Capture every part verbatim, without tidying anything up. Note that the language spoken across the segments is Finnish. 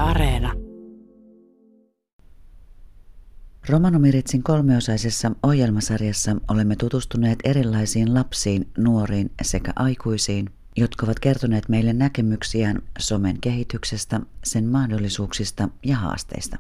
Areena. Romanomirritsin kolmeosaisessa ohjelmasarjassa olemme tutustuneet erilaisiin lapsiin, nuoriin sekä aikuisiin, jotka ovat kertoneet meille näkemyksiään somen kehityksestä, sen mahdollisuuksista ja haasteista.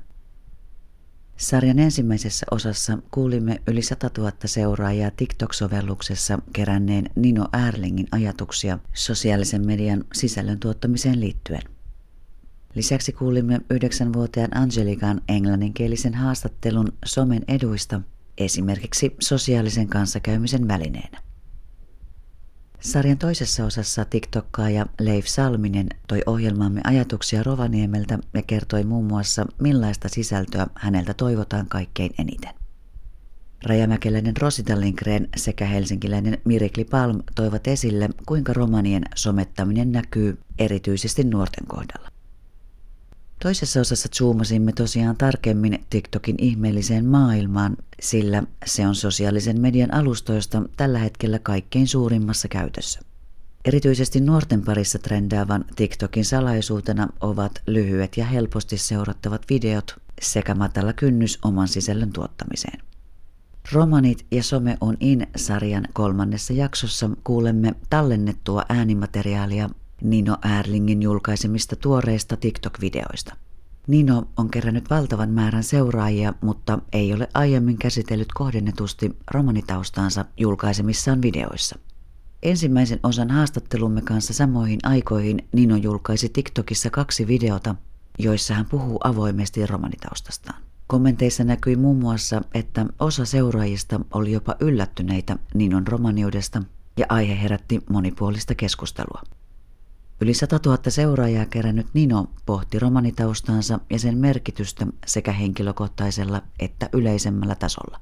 Sarjan ensimmäisessä osassa kuulimme yli satatuhatta seuraajaa TikTok-sovelluksessa keränneen Nino Erlingin ajatuksia sosiaalisen median sisällön tuottamiseen liittyen. Lisäksi kuulimme yhdeksänvuotiaan Angelican englanninkielisen haastattelun somen eduista, esimerkiksi sosiaalisen kanssakäymisen välineenä. Sarjan toisessa osassa TikTokkaaja Leif Salminen toi ohjelmaamme ajatuksia Rovaniemeltä ja kertoi muun muassa, millaista sisältöä häneltä toivotaan kaikkein eniten. Rajamäkeläinen Rosita Lindgren sekä helsinkiläinen Mirikli Palm toivat esille, kuinka romanien somettaminen näkyy erityisesti nuorten kohdalla. Toisessa osassa zoomasimme tosiaan tarkemmin TikTokin ihmeelliseen maailmaan, sillä se on sosiaalisen median alustoista tällä hetkellä kaikkein suurimmassa käytössä. Erityisesti nuorten parissa trendaavan TikTokin salaisuutena ovat lyhyet ja helposti seurattavat videot sekä matala kynnys oman sisällön tuottamiseen. Romanit ja some on in-sarjan kolmannessa jaksossa kuulemme tallennettua äänimateriaalia Nino Erlingin julkaisemista tuoreista TikTok-videoista. Nino on kerännyt valtavan määrän seuraajia, mutta ei ole aiemmin käsitellyt kohdennetusti romanitaustaansa julkaisemissaan videoissa. Ensimmäisen osan haastattelumme kanssa samoihin aikoihin Nino julkaisi TikTokissa kaksi videota, joissa hän puhuu avoimesti romanitaustastaan. Kommenteissa näkyi muun muassa, että osa seuraajista oli jopa yllättyneitä Ninon romaniudesta ja aihe herätti monipuolista keskustelua. Yli satatuhatta seuraajaa kerännyt Nino pohti romanitaustaansa ja sen merkitystä sekä henkilökohtaisella että yleisemmällä tasolla.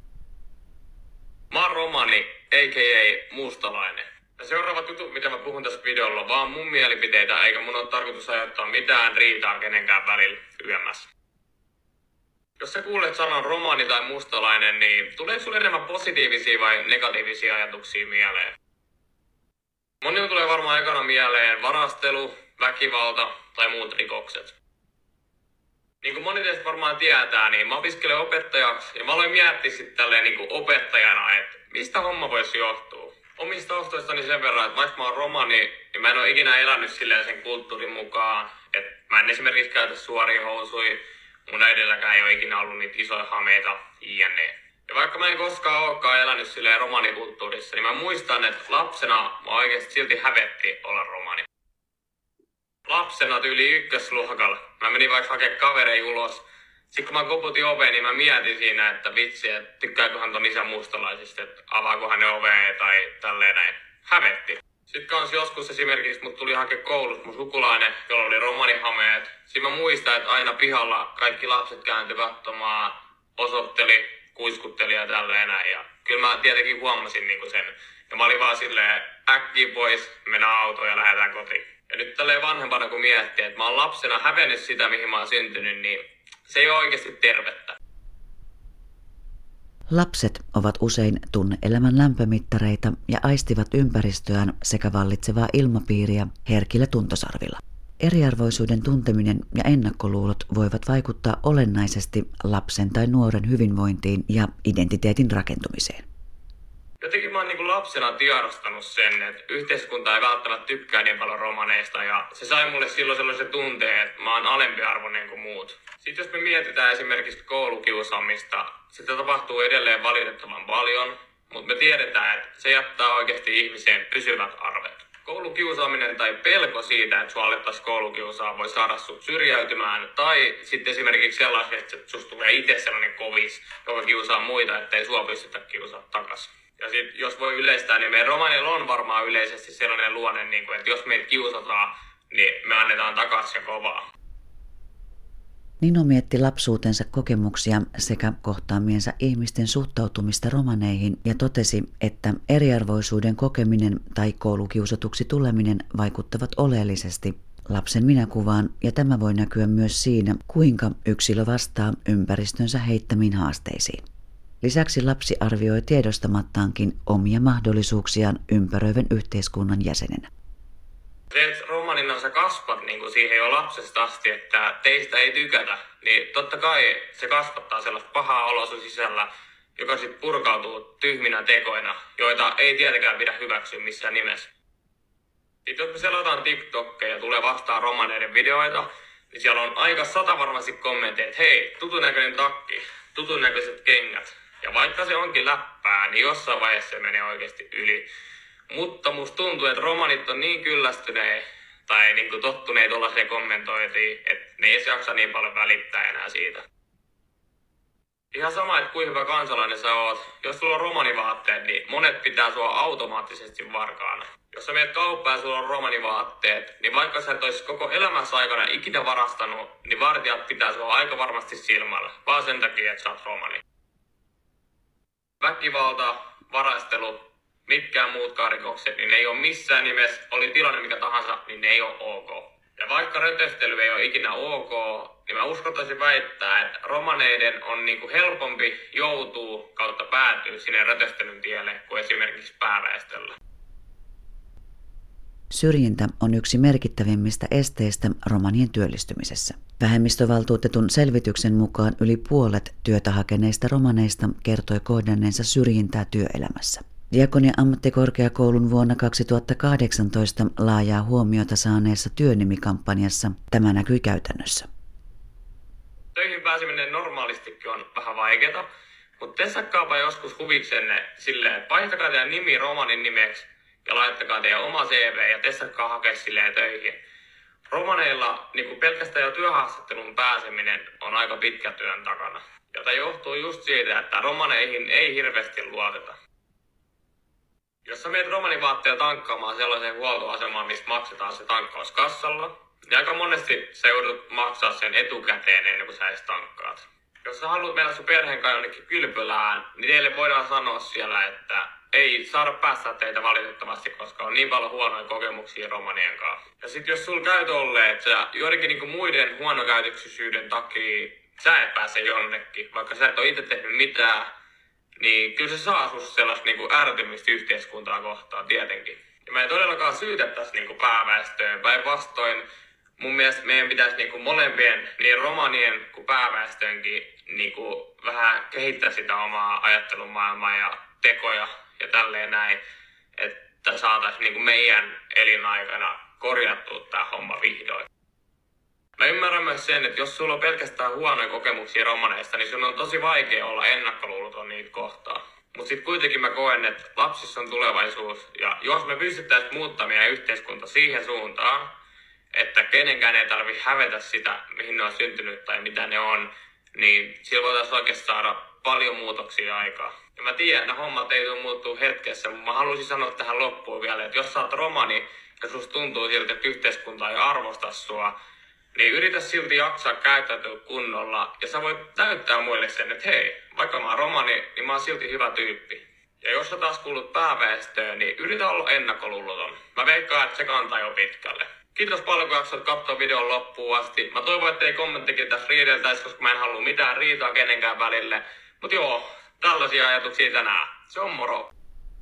Mä oon romani, a k a mustalainen. Ja seuraavat jutut, mitä mä puhun tässä videolla, vaan mun mielipiteitä, eikä mun ole tarkoitus aiheuttaa mitään riitaa kenenkään välillä yömmässä. Jos sä kuulet sanan romani tai mustalainen, niin tuleeko sulle enemmän positiivisia vai negatiivisia ajatuksia mieleen? Monilla tulee varmaan ekana mieleen varastelu, väkivalta tai muut rikokset. Niin kuin moni teistä varmaan tietää, niin mä opiskelen opettajaksi ja mä aloin miettiä sitten tälleen niin kuin opettajana, että mistä homma voisi johtua. Omista taustoistani sen verran, että vaikka mä oon romani, niin mä en ole ikinä elänyt silleen sen kulttuurin mukaan. Että mä en esimerkiksi käytä suoria housuja, mun äidilläkään ei ole ikinä ollut niitä isoja hameita, jne. Ja vaikka mä en koskaan olekaan elänyt silleen romanikulttuurissa, niin mä muistan, että lapsena mä oikeasti silti hävetti olla romani. Lapsena tyyli ykkösluokalla. Mä menin vaikka hakemaan kavereja ulos. Sitten kun mä koputin oveen, niin mä mietin siinä, että vitsi, että tykkääköhän ton isän mustalaisista, että avaakohan ne oveen tai tälleen näin. Hävetti. Sitten kans joskus esimerkiksi mut tuli hakea koulussa mun sukulainen, jolla oli romanihameet. Sitten mä muistan, että aina pihalla kaikki lapset kääntyi katsomaan, osoitteli, kuiskutteli ja tälleen näin. Ja kyllä mä tietenkin huomasin niinku sen. Ja mä olin vaan silleen äkkiä pois, mennään autoon ja lähdetään kotiin. Ja nyt tälleen vanhempana kun miettii, että mä oon lapsena hävennyt sitä, mihin mä oon syntynyt, niin se ei ole oikeasti tervettä. Lapset ovat usein tunne-elämän lämpömittareita ja aistivat ympäristöään sekä vallitsevaa ilmapiiriä herkillä tuntosarvilla. Eriarvoisuuden tunteminen ja ennakkoluulot voivat vaikuttaa olennaisesti lapsen tai nuoren hyvinvointiin ja identiteetin rakentumiseen. Jotenkin mä oon niin lapsena tiedostanut sen, että yhteiskunta ei välttämättä tykkää niin paljon romaneista ja se sai mulle silloin sellaisen tunteen, että mä oon alempiarvoinen kuin muut. Sitten jos me mietitään esimerkiksi koulukiusaamista, sitä tapahtuu edelleen valitettavan paljon, mutta me tiedetään, että se jättää oikeasti ihmiseen pysyvät arvet. Koulukiusaaminen tai pelko siitä, että sua alettaisiin koulukiusaa, voi saada sut syrjäytymään. Tai sitten esimerkiksi sellaisesta, että susta tulee itse sellainen kovis, joka kiusaa muita, ettei sua pystytä kiusaa takaisin. Ja sitten jos voi yleistää, niin meidän romanilla on varmaan yleisesti sellainen luonne, että jos meitä kiusataan, niin me annetaan takaisin kovaa. Nino mietti lapsuutensa kokemuksia sekä kohtaamiensa ihmisten suhtautumista romaneihin ja totesi, että eriarvoisuuden kokeminen tai koulukiusatuksi tuleminen vaikuttavat oleellisesti lapsen minäkuvaan ja tämä voi näkyä myös siinä, kuinka yksilö vastaa ympäristönsä heittämiin haasteisiin. Lisäksi lapsi arvioi tiedostamattaankin omia mahdollisuuksiaan ympäröivän yhteiskunnan jäsenenä. Se, että romanina sä kasvat niin kuin siihen jo lapsesta asti, että teistä ei tykätä, niin totta kai se kasvattaa sellaista pahaa oloa sun sisällä, joka sitten purkautuu tyhminä tekoina, joita ei tietenkään pidä hyväksyä missään nimessä. Sitten jos me selataan TikTokkeja ja tulee vastaan romaneiden videoita, niin siellä on aika satavarmasti kommentteja, että hei, tutun näköinen takki, tutun näköiset kengät. Ja vaikka se onkin läppää, niin jossain vaiheessa se menee oikeasti yli. Mutta musta tuntuu, että romanit on niin kyllästyneet tai niin kuin tottuneet tuollaiseen kommentointiin, että ne ei jaksa niin paljon välittää enää siitä. Ihan sama, että kuinka hyvä kansalainen sä oot. Jos sulla on romanivaatteet, niin monet pitää sua automaattisesti varkaana. Jos sä meet kauppaan ja sulla on romanivaatteet, niin vaikka sä et ois koko elämässä aikana ikinä varastanut, niin vartijat pitää sua aika varmasti silmällä. Vaan sen takia, että sä oot romani. Väkivalta, varastelu, mitkään muutkaan rikokset, niin ne ei ole missään nimessä, oli tilanne mikä tahansa, niin ne ei ole ok. Ja vaikka rötöstely ei ole ikinä ok, niin mä uskaltaisin väittää, että romaneiden on niinku helpompi joutua kautta päätyä sinne rötöstelyn tielle kuin esimerkiksi pääväestöllä. Syrjintä on yksi merkittävimmistä esteistä romanien työllistymisessä. Vähemmistövaltuutetun selvityksen mukaan yli puolet työtä hakeneista romaneista kertoi kohdanneensa syrjintää työelämässä. Diakonia ammattikorkeakoulun vuonna kaksituhattakahdeksantoista laajaa huomiota saaneessa työnimikampanjassa tämä näkyi käytännössä. Töihin pääseminen normaalistikin on vähän vaikeaa, mutta tesakkaapa joskus huviksenne silleen, että vaihtakaa teidän nimi romanin nimeksi ja laittakaa teidän oma C V ja tesakkaa hakea silleen töihin. Romaneilla niin pelkästään jo työhaastatteluun pääseminen on aika pitkä työn takana, jota johtuu just siitä, että romaneihin ei hirveästi luoteta. Jos sä meet romanivaatteja tankkaamaan sellaiseen huoltoasemaan, missä maksetaan se tankkaus kassalla, niin aika monesti sä joudut maksaa sen etukäteen ennen kuin sä edes tankkaat. Jos sä haluat mennä sun perheen kanssa jonnekin kylpylään, niin teille voidaan sanoa siellä, että ei saada päästä teitä valitettavasti, koska on niin paljon huonoja kokemuksia romanien kanssa. Ja sit jos sulla käy tolleen, että sä joidenkin niinku muiden huonokäytöksisyyden takia sä et pääse jonnekin, vaikka sä et ole itse tehnyt mitään, niin kyllä se saa susta sellaista niinku ärtymistä yhteiskuntaa kohtaan tietenkin. Ja mä en todellakaan syytettäisi niinku pääväestöön. Päinvastoin mun mielestä meidän pitäisi niinku molempien, niin romanien kuin pääväestönkin, niinku vähän kehittää sitä omaa ajattelumaailmaa ja tekoja ja tälleen näin, että saataisiin niinku meidän elinaikana korjattua tää homma vihdoin. Mä ymmärrän myös sen, että jos sulla on pelkästään huonoja kokemuksia romaneista, niin sun on tosi vaikea olla ennakkoluuloton niitä kohtaan. Mut sit kuitenkin mä koen, että lapsissa on tulevaisuus, ja jos me pystyttäisiin muuttamaan meidän yhteiskunta siihen suuntaan, että kenenkään ei tarvi hävetä sitä, mihin ne on syntynyt tai mitä ne on, niin sillä voitaisiin oikeasti saada paljon muutoksia aikaa. Ja mä tiedän, että hommat ei tule muuttua hetkessä, mutta mä haluaisin sanoa tähän loppuun vielä, että jos sä oot romani ja susta tuntuu siltä, että yhteiskunta ei arvosta sua, niin yritä silti jaksaa käyttäytyä kunnolla ja sä voit näyttää muille sen, että hei, vaikka mä oon romani, niin mä oon silti hyvä tyyppi. Ja jos sä taas kuulut pääväestöön, niin yritä olla ennakkoluuloton. Mä veikkaan, että se kantaa jo pitkälle. Kiitos paljon, kun jaksat katsoa videon loppuun asti. Mä toivon, ettei kommenttikin tässä riideltäisi, koska mä en halua mitään riitaa kenenkään välille. Mut joo, tällaisia ajatuksia tänään. Se on moro!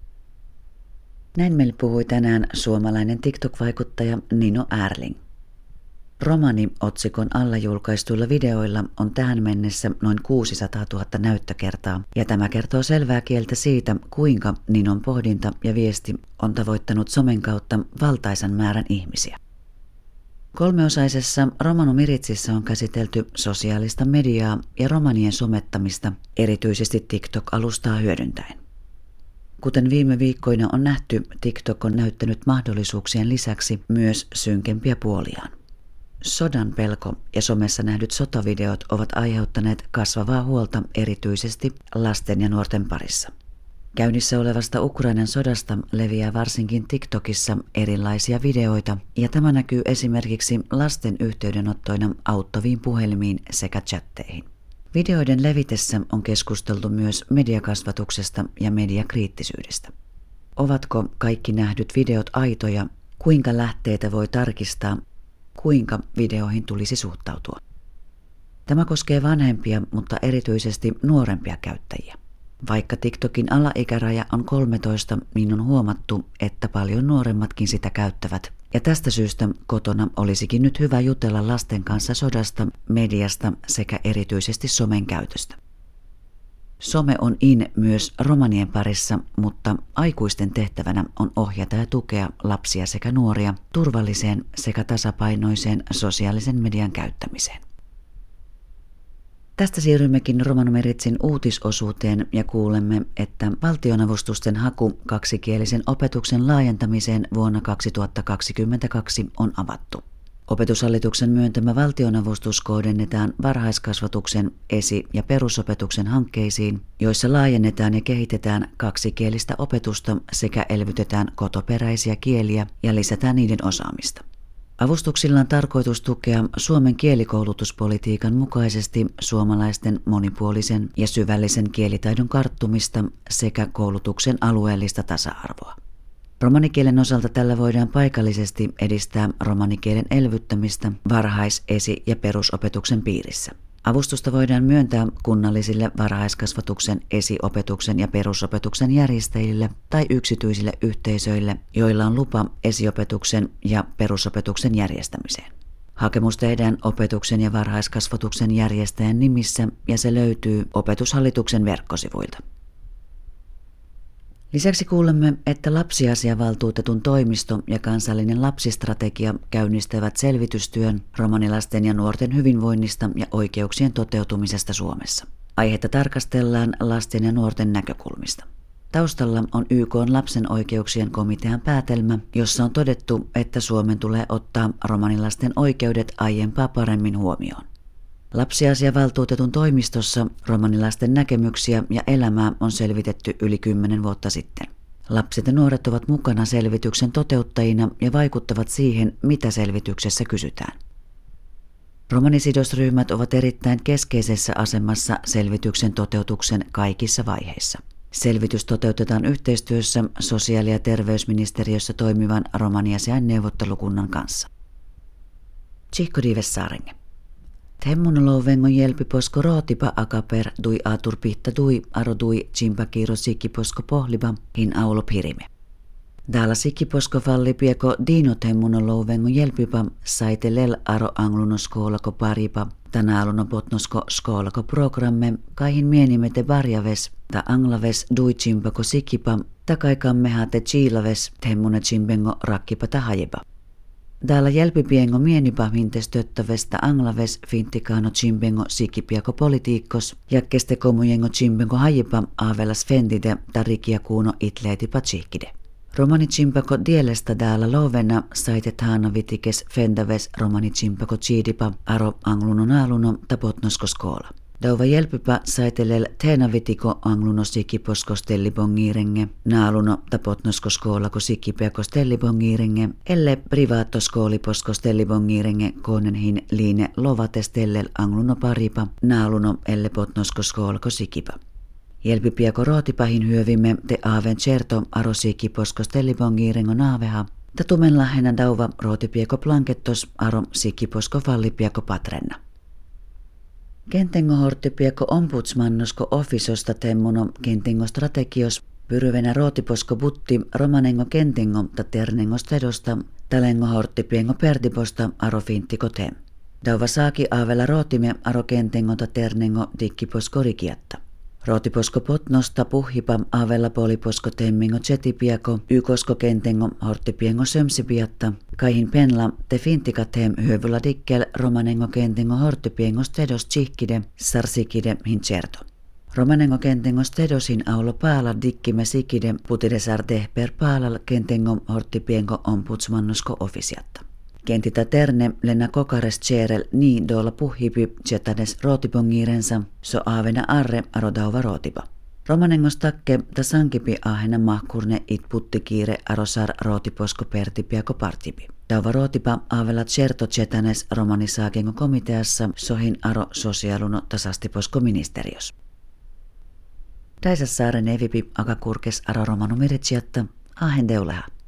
Näin meille puhui tänään suomalainen TikTok-vaikuttaja Nino Erling. Romani-otsikon alla julkaistuilla videoilla on tähän mennessä noin kuusisataatuhatta näyttökertaa, ja tämä kertoo selvää kieltä siitä, kuinka Ninon pohdinta ja viesti on tavoittanut somen kautta valtaisan määrän ihmisiä. Kolmeosaisessa Romano Miritsissä on käsitelty sosiaalista mediaa ja romanien somettamista, erityisesti TikTok-alustaa hyödyntäen. Kuten viime viikkoina on nähty, TikTok on näyttänyt mahdollisuuksien lisäksi myös synkempiä puoliaan. Sodan pelko ja somessa nähdyt sotavideot ovat aiheuttaneet kasvavaa huolta erityisesti lasten ja nuorten parissa. Käynnissä olevasta Ukrainan sodasta leviää varsinkin TikTokissa erilaisia videoita, ja tämä näkyy esimerkiksi lasten yhteydenottoina auttaviin puhelimiin sekä chatteihin. Videoiden levitessä on keskusteltu myös mediakasvatuksesta ja mediakriittisyydestä. Ovatko kaikki nähdyt videot aitoja? Kuinka lähteitä voi tarkistaa? Kuinka videoihin tulisi suhtautua? Tämä koskee vanhempia, mutta erityisesti nuorempia käyttäjiä. Vaikka TikTokin alaikäraja on kolmetoista, niin on huomattu, että paljon nuoremmatkin sitä käyttävät. Ja tästä syystä kotona olisikin nyt hyvä jutella lasten kanssa sodasta, mediasta sekä erityisesti somen käytöstä. Some on in myös romanien parissa, mutta aikuisten tehtävänä on ohjata ja tukea lapsia sekä nuoria turvalliseen sekä tasapainoiseen sosiaalisen median käyttämiseen. Tästä siirrymmekin Romano Meritsin uutisosuuteen ja kuulemme, että valtionavustusten haku kaksikielisen opetuksen laajentamiseen vuonna kaksituhattakaksikymmentäkaksi on avattu. Opetushallituksen myöntämä valtionavustus kohdennetaan varhaiskasvatuksen, esi- ja perusopetuksen hankkeisiin, joissa laajennetaan ja kehitetään kaksikielistä opetusta sekä elvytetään kotoperäisiä kieliä ja lisätään niiden osaamista. Avustuksilla on tarkoitus tukea Suomen kielikoulutuspolitiikan mukaisesti suomalaisten monipuolisen ja syvällisen kielitaidon karttumista sekä koulutuksen alueellista tasa-arvoa. Romanikielen osalta tällä voidaan paikallisesti edistää romanikielen elvyttämistä varhais-, esi- ja perusopetuksen piirissä. Avustusta voidaan myöntää kunnallisille varhaiskasvatuksen, esiopetuksen ja perusopetuksen järjestäjille tai yksityisille yhteisöille, joilla on lupa esiopetuksen ja perusopetuksen järjestämiseen. Hakemus tehdään opetuksen ja varhaiskasvatuksen järjestäjän nimissä ja se löytyy Opetushallituksen verkkosivuilta. Lisäksi kuulemme, että lapsiasiavaltuutetun toimisto ja kansallinen lapsistrategia käynnistävät selvitystyön romanilasten ja nuorten hyvinvoinnista ja oikeuksien toteutumisesta Suomessa. Aihetta tarkastellaan lasten ja nuorten näkökulmista. Taustalla on Y K:n lapsen oikeuksien komitean päätelmä, jossa on todettu, että Suomen tulee ottaa romanilasten oikeudet aiempaa paremmin huomioon. Lapsiasiavaltuutetun toimistossa romanilasten näkemyksiä ja elämää on selvitetty yli kymmenen vuotta sitten. Lapset ja nuoret ovat mukana selvityksen toteuttajina ja vaikuttavat siihen, mitä selvityksessä kysytään. Romanisidosryhmät ovat erittäin keskeisessä asemassa selvityksen toteutuksen kaikissa vaiheissa. Selvitys toteutetaan yhteistyössä sosiaali- ja terveysministeriössä toimivan romaniasiain neuvottelukunnan kanssa. Tsihko Dives Saarenge. Temmunolovengon jelpiposko rootipa akaper dui atur pihta dui aro dui chimpakiro sikiposko pohliba hin aulo pirime. Dala sikiposko falli pieko dino temmunolovengon jelpipa saitelel aro angluno skoolako paripa tanaaluno potnosko skoolako programme kaihin mienimete barjaves ta anglaves dui chimpako sikipa takaikammeha te chiilaves temmune chimbengo rakkipa tahajipa. Täällä jälpipiengo mienipa hintestöttävästä anglaves fintikano chimbengo sikipiako politiikkos ja keste komujengo chimbengo hajipa aavelas fendide tarikia kuuno itleetipa chihkide. Romani chimpako dielestä täällä lovena saitet haana vitikes fendaves romani chimpako chiidipa aro angluno naaluno tapotnosko skoola. Dauva jelpypä saitelel teena vitiko angluno sikiposkos tellibongiirenge, naaluno tapotnosko skoolako sikipiakos tellibongiirenge, elle privaatto skooliposkos tellibongiirenge konenhin liine lovates tellel angluno paripa, naaluno elle potnosko skoolako sikipa. Jelpipiako rootipahin hyövimme te aaven certo aro sikiposkos tellibongiirengo naaveha, tatumen lahena dauva rootipieko plankettos aro sikiposko fallipiako patrenna. Kentengo horttipieko ombudsmannosko offisosta temmuno kentengo strategios pyryvenä rootiposko butti romanengo kentengo ta ternengo stedosta talengo horttipiengo pertiposta aro finttiko tem. Dauva saaki aavella rootime aro kentengo ta ternengo dikkiposko rikiatta. Rootiposko potnosta puhjipa aavella poliposko temmingo chetipiako ykosko kentengo horttipiengo sömsipiatta kaihin penla te fintikatem hyövyllä dikkel romanengo kentengo horttipiengo stedos chihkide sarsikide hin certo. Romanengo kentengo stedosin aulo paala dikkime sikide putidesar tehper paalal kentengo horttipiengo ombudsmannosko ofisiatta. Kentitä terne lena kokares tjerel niin doola puhhipi tjetades rootipongiirensa so aavena arre arodauva rootipa. Romanengos takke ta sankipi ahena mahkurne it puttikiire arosar rootiposko pertipiako partipi. Dauva rootipa aavella tjerto tjetanes romanisaakengo komiteassa sohin aro sosiaaluno tasastiposko ministerios. Daisassaaren evipi akakurkes aro romanu meritsiatta ahen deuleha.